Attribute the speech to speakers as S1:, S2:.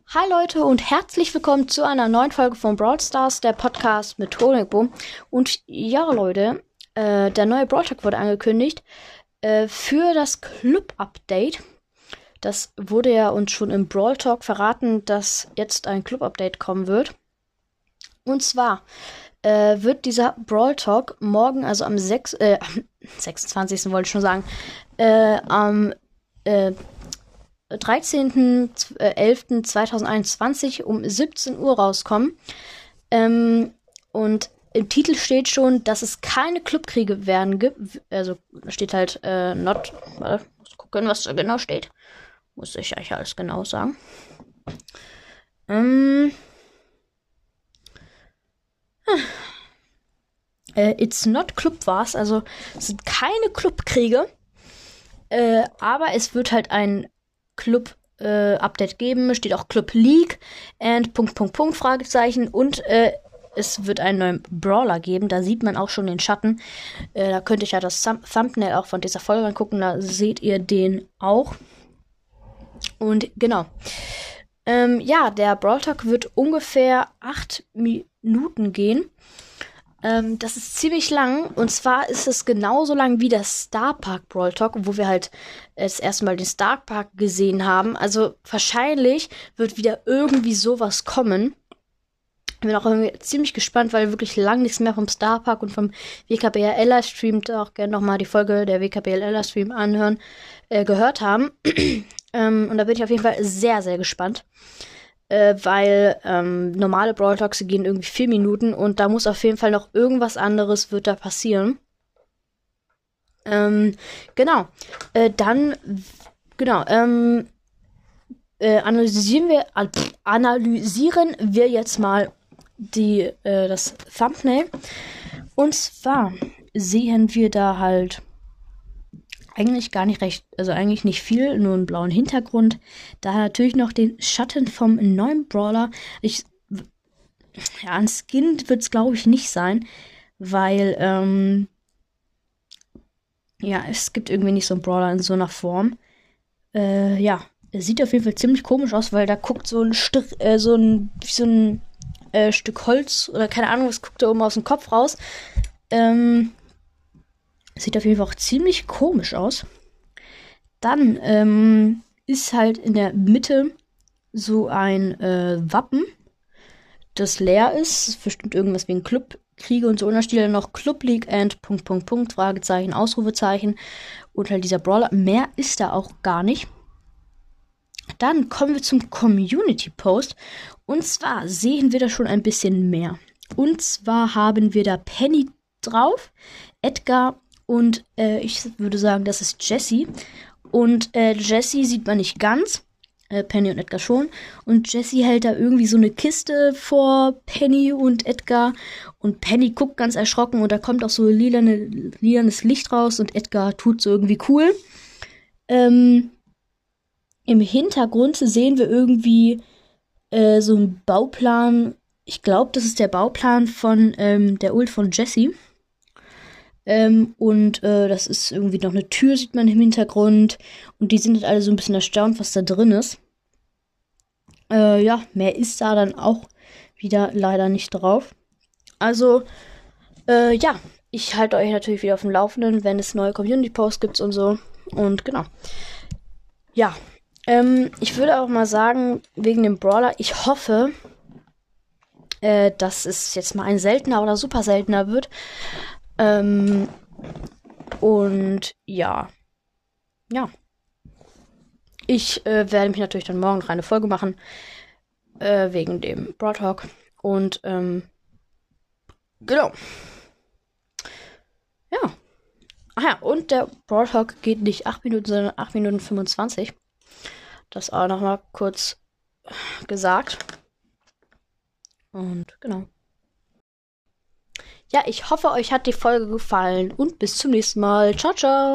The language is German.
S1: Hi Leute und herzlich willkommen zu einer neuen Folge von Brawl Stars, der Podcast mit Honigbo. Und ja Leute, der neue Brawl Talk wurde angekündigt für das Club-Update. Das wurde ja uns schon im Brawl Talk verraten, dass jetzt ein Club-Update kommen wird. Und zwar wird dieser Brawl Talk morgen, also am 26. wollte ich schon sagen, am 13.11.2021 um 17 Uhr rauskommen. Und im Titel steht schon, dass es keine Clubkriege werden gibt. Also steht halt not. Warte, muss gucken, was da genau steht. Muss ich euch alles genau sagen. It's not Club Wars, also es sind keine Clubkriege. Aber es wird halt ein Club-Update geben. Steht auch Club League and ... Fragezeichen. Und es wird einen neuen Brawler geben. Da sieht man auch schon den Schatten. Da könnt ihr ja das Thumbnail auch von dieser Folge angucken. Da seht ihr den auch. Und genau. Ja, der Brawl Talk wird ungefähr 8 Minuten gehen. Das ist ziemlich lang, und zwar ist es genauso lang wie der Star Park Brawl Talk, wo wir halt das erste Mal den Star Park gesehen haben. Also wahrscheinlich wird wieder irgendwie sowas kommen. Ich bin auch irgendwie ziemlich gespannt, weil wirklich lang nichts mehr vom Star Park und vom WKBLR-Stream, auch gerne nochmal die Folge der WKBLR-Stream anhören, gehört haben. Und da bin ich auf jeden Fall sehr, sehr gespannt. Weil normale Brawl Talks gehen irgendwie 4 Minuten und da muss auf jeden Fall noch irgendwas anderes wird da passieren. Genau. Analysieren wir jetzt mal das Thumbnail. Und zwar sehen wir da halt eigentlich gar nicht recht, also eigentlich nicht viel, nur einen blauen Hintergrund. Da natürlich noch den Schatten vom neuen Brawler. Ein Skin wird es, glaube ich, nicht sein, weil, es gibt irgendwie nicht so einen Brawler in so einer Form. Er sieht auf jeden Fall ziemlich komisch aus, weil da guckt so ein Stück Holz oder keine Ahnung, was guckt da oben aus dem Kopf raus. Sieht auf jeden Fall auch ziemlich komisch aus. Dann ist halt in der Mitte so ein Wappen, das leer ist. Das ist bestimmt irgendwas wie ein Clubkriege und so. Und da steht dann noch Club League and ... Fragezeichen, Ausrufezeichen. Und halt dieser Brawler. Mehr ist da auch gar nicht. Dann kommen wir zum Community Post. Und zwar sehen wir da schon ein bisschen mehr. Und zwar haben wir da Penny drauf, Edgar, und ich würde sagen, das ist Jessie. Und Jessie sieht man nicht ganz. Penny und Edgar schon. Und Jessie hält da irgendwie so eine Kiste vor Penny und Edgar. Und Penny guckt ganz erschrocken. Und da kommt auch so lilanes Licht raus. Und Edgar tut so irgendwie cool. Im Hintergrund sehen wir irgendwie so einen Bauplan. Ich glaube, das ist der Bauplan von der Ult von Jessie. Das ist irgendwie noch eine Tür, sieht man im Hintergrund. Und die sind halt alle so ein bisschen erstaunt, was da drin ist. Mehr ist da dann auch wieder leider nicht drauf. Also, ich halte euch natürlich wieder auf dem Laufenden, wenn es neue Community-Posts gibt und so. Und genau. Ja, ich würde auch mal sagen, wegen dem Brawler, ich hoffe, dass es jetzt mal ein seltener oder super seltener wird. Ich werde mich natürlich dann morgen noch eine Folge machen, wegen dem Brawl Talk. Und, genau. Ja. Ach ja, und der Brawl Talk geht nicht 8 Minuten, sondern 8 Minuten 25. Das auch nochmal kurz gesagt. Und, genau. Ja, ich hoffe, euch hat die Folge gefallen und bis zum nächsten Mal. Ciao, ciao.